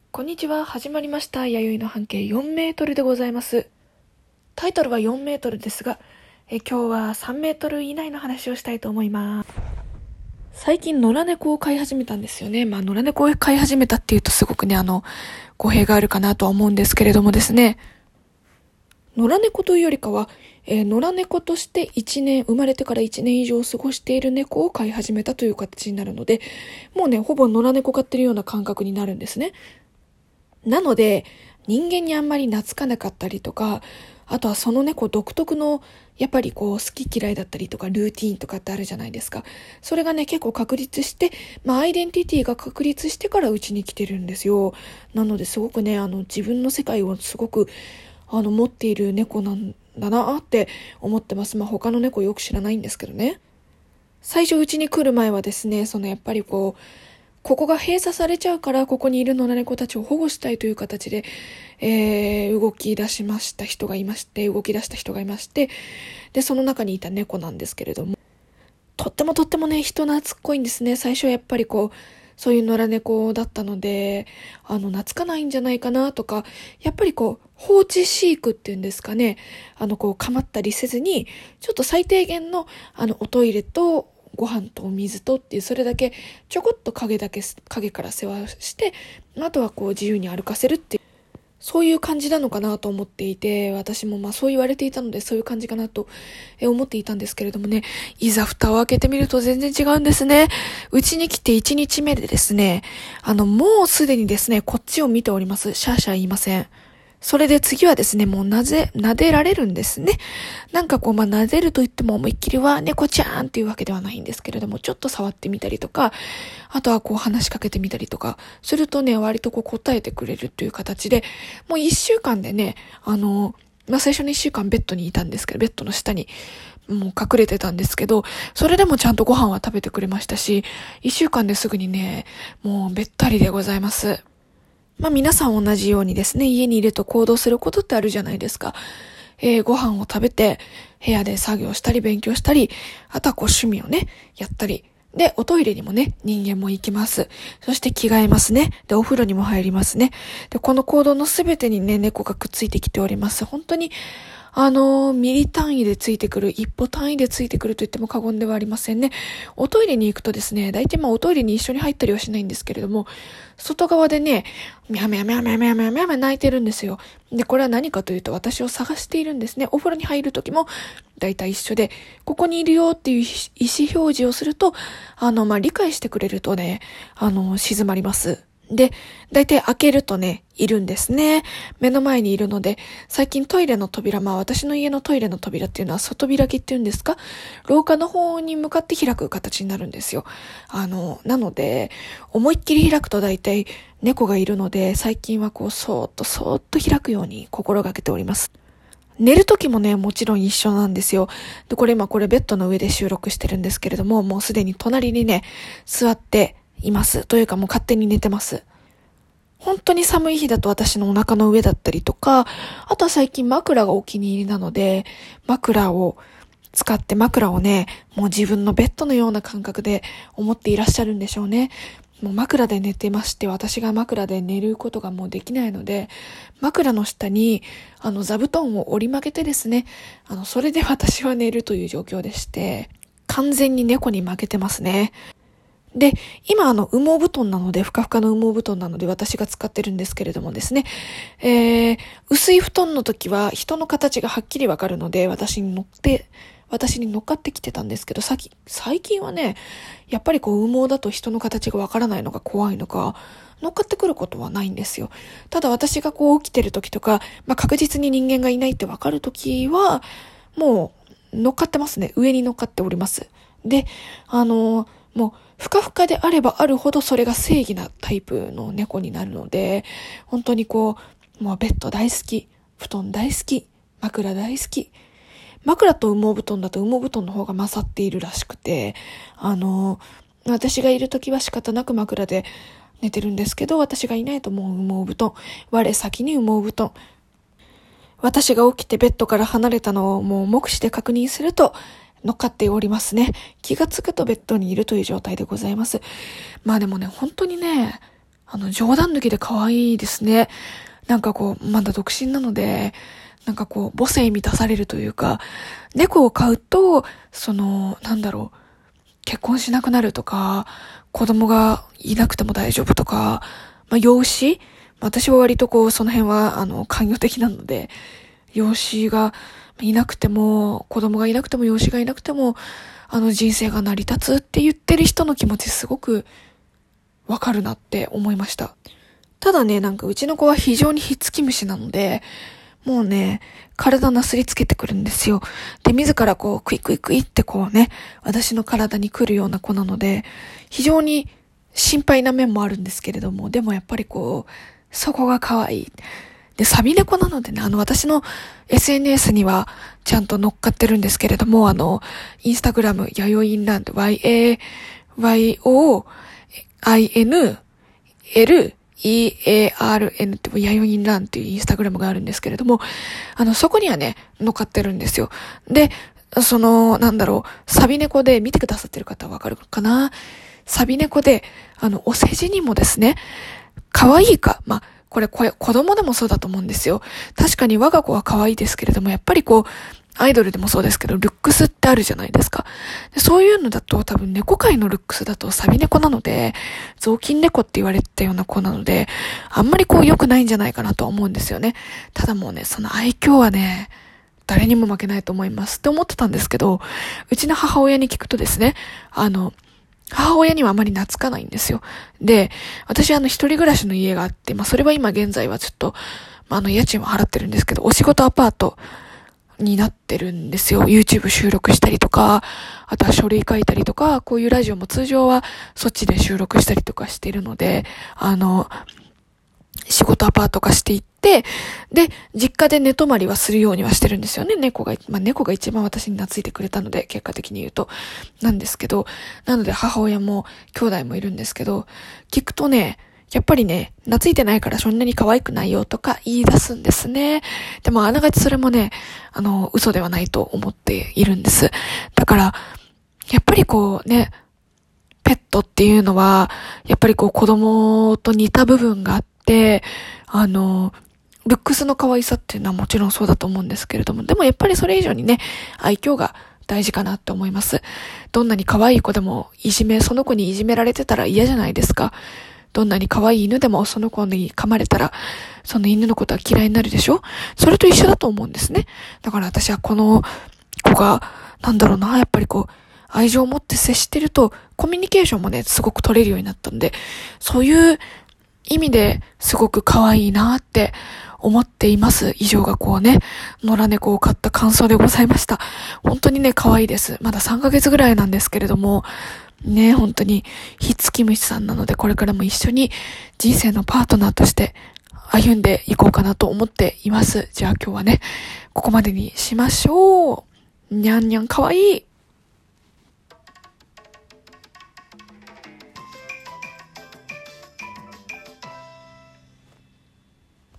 こんにちは。始まりました。弥生の半径4メートルでございます。タイトルは4メートルですが、今日は3メートル以内の話をしたいと思います。最近野良猫を飼い始めたんですよね。野良猫を飼い始めたっていうとすごくね、語弊があるかなとは思うんですけれどもですね。野良猫というよりかは、野良猫として生まれてから1年以上過ごしている猫を飼い始めたという形になるので、もうね、ほぼ野良猫飼ってるような感覚になるんですね。なので、人間にあんまり懐かなかったりとか、あとはその猫独特の、やっぱり好き嫌いだったりとか、ルーティーンとかってあるじゃないですか。それがね、結構確立して、アイデンティティが確立してからうちに来てるんですよ。なのですごくね、自分の世界をすごく、持っている猫なんだなって思ってます。他の猫よく知らないんですけどね。最初うちに来る前はですね、やっぱりここが閉鎖されちゃうから、ここにいる野良猫たちを保護したいという形で、動き出した人がいまして、で、その中にいた猫なんですけれども、とってもね、人懐っこいんですね。最初はやっぱりそういう野良猫だったので、懐かないんじゃないかなとか、やっぱり放置飼育っていうんですかね、構ったりせずに、ちょっと最低限の、おトイレと、ご飯とお水とっていう、それだけちょこっと影から世話して、あとは自由に歩かせるっていう、そういう感じなのかなと思っていて、私もそう言われていたのでそういう感じかなと思っていたんですけれどもね、いざ蓋を開けてみると全然違うんですね。うちに来て1日目でですね、もうすでにですね、こっちを見ております。シャーシャー言いません。それで次はですね、もう撫でられるんですね。撫でると言っても思いっきりは猫ちゃんっていうわけではないんですけれども、ちょっと触ってみたりとか、あとは話しかけてみたりとか、するとね、割と答えてくれるという形で、もう1週間でね、最初の1週間ベッドにいたんですけど、ベッドの下に、もう隠れてたんですけど、それでもちゃんとご飯は食べてくれましたし、1週間ですぐにね、もうべったりでございます。皆さん同じようにですね、家にいると行動することってあるじゃないですか。ご飯を食べて、部屋で作業したり勉強したり、あとは趣味をね、やったり。で、おトイレにもね、人間も行きます。そして着替えますね。で、お風呂にも入りますね。で、この行動のすべてにね、猫がくっついてきております。本当に、ミリ単位でついてくる、一歩単位でついてくると言っても過言ではありませんね。おトイレに行くとですね、大体おトイレに一緒に入ったりはしないんですけれども、外側でね、ミャミャミャミャミャミャミャミャ泣いてるんですよ。で、これは何かというと私を探しているんですね。お風呂に入るときも大体一緒で、ここにいるよっていう意思表示をすると、理解してくれるとね、静まります。で、だいたい開けるとね、いるんですね。目の前にいるので、最近トイレの扉、私の家のトイレの扉っていうのは外開きっていうんですか？廊下の方に向かって開く形になるんですよ。なので、思いっきり開くとだいたい猫がいるので、最近はそーっと開くように心がけております。寝るときもね、もちろん一緒なんですよ。で、これベッドの上で収録してるんですけれども、もうすでに隣にね、座っています。というかもう勝手に寝てます。本当に寒い日だと私のお腹の上だったりとか、あとは最近枕がお気に入りなので、枕を使って枕をね、もう自分のベッドのような感覚で思っていらっしゃるんでしょうね。もう枕で寝てまして、私が枕で寝ることがもうできないので、枕の下に座布団を折り曲げてですね、それで私は寝るという状況でして、完全に猫に負けてますね。で、今羽毛布団なので、ふかふかの羽毛布団なので私が使ってるんですけれどもですね、薄い布団の時は人の形がはっきりわかるので、私に乗っかってきてたんですけど、最近はね、やっぱり羽毛だと人の形がわからないのが怖いのか、乗っかってくることはないんですよ。ただ私が起きてる時とか、確実に人間がいないってわかる時は、もう乗っかってますね。上に乗っかっております。で、もう、ふかふかであればあるほどそれが正義なタイプの猫になるので、本当にもうベッド大好き、布団大好き、枕大好き。枕と羽毛布団だと羽毛布団の方が勝っているらしくて、私がいるときは仕方なく枕で寝てるんですけど、私がいないともう羽毛布団、我先に羽毛布団。私が起きてベッドから離れたのをもう目視で確認すると、乗っかっておりますね。気がつくとベッドにいるという状態でございます。でもね、本当にね、 冗談抜きで可愛いですね。なんかこう、まだ独身なので、なんかこう、母性満たされるというか、猫を飼うと、結婚しなくなるとか、子供がいなくても大丈夫とか、養子、私は割とこう、その辺は、寛容的なので、養子がいなくても、子供がいなくても、養子がいなくても、人生が成り立つって言ってる人の気持ちすごくわかるなって思いました。ただね、なんかうちの子は非常にひっつき虫なので、もうね、体なすりつけてくるんですよ。で、自らこう、クイクイクイってこうね、私の体に来るような子なので、非常に心配な面もあるんですけれども、でもやっぱりこう、そこが可愛い。で、サビ猫なのでね、私の SNS にはちゃんと乗っかってるんですけれども、インスタグラム、やよいんランド、YAYOINLEARN ってやよいんランっていうインスタグラムがあるんですけれども、そこにはね、乗っかってるんですよ。で、サビ猫で見てくださってる方はわかるかな？サビ猫で、お世辞にもですね、可愛いか、これ子供でもそうだと思うんですよ。確かに我が子は可愛いですけれども、やっぱりこう、アイドルでもそうですけど、ルックスってあるじゃないですか。でそういうのだと多分猫界のルックスだとサビ猫なので、雑巾猫って言われたような子なので、あんまりこう良くないんじゃないかなと思うんですよね。ただもうね、その愛嬌はね、誰にも負けないと思いますって思ってたんですけど、うちの母親に聞くとですね、母親にはあまり懐かないんですよ。で、私一人暮らしの家があって、それは今現在はちょっと、家賃は払ってるんですけど、お仕事アパートになってるんですよ。YouTube 収録したりとか、あとは書類書いたりとか、こういうラジオも通常はそっちで収録したりとかしてるので、仕事アパート化していって、で、実家で寝泊まりはするようにはしてるんですよね。猫が一番私に懐いてくれたので、結果的に言うと。なんですけど、なので母親も兄弟もいるんですけど、聞くとね、やっぱりね、懐いてないからそんなに可愛くないよとか言い出すんですね。でもあながちそれもね、嘘ではないと思っているんです。だから、やっぱりこうね、ペットっていうのは、やっぱりこう子供と似た部分があって、ルックスの可愛さっていうのはもちろんそうだと思うんですけれども、でもやっぱりそれ以上にね、愛嬌が大事かなって思います。どんなに可愛い子でもその子にいじめられてたら嫌じゃないですか。どんなに可愛い犬でもその子に噛まれたら、その犬のことは嫌いになるでしょ？それと一緒だと思うんですね。だから私はこの子が、やっぱりこう、愛情を持って接してると、コミュニケーションもね、すごく取れるようになったので、そういう意味ですごく可愛いなって思っています。以上がこうね、野良猫を飼った感想でございました。本当にね、可愛いです。まだ3ヶ月ぐらいなんですけれども、ね、本当にひっつき虫さんなので、これからも一緒に人生のパートナーとして歩んでいこうかなと思っています。じゃあ今日はね、ここまでにしましょう。にゃんにゃん可愛い。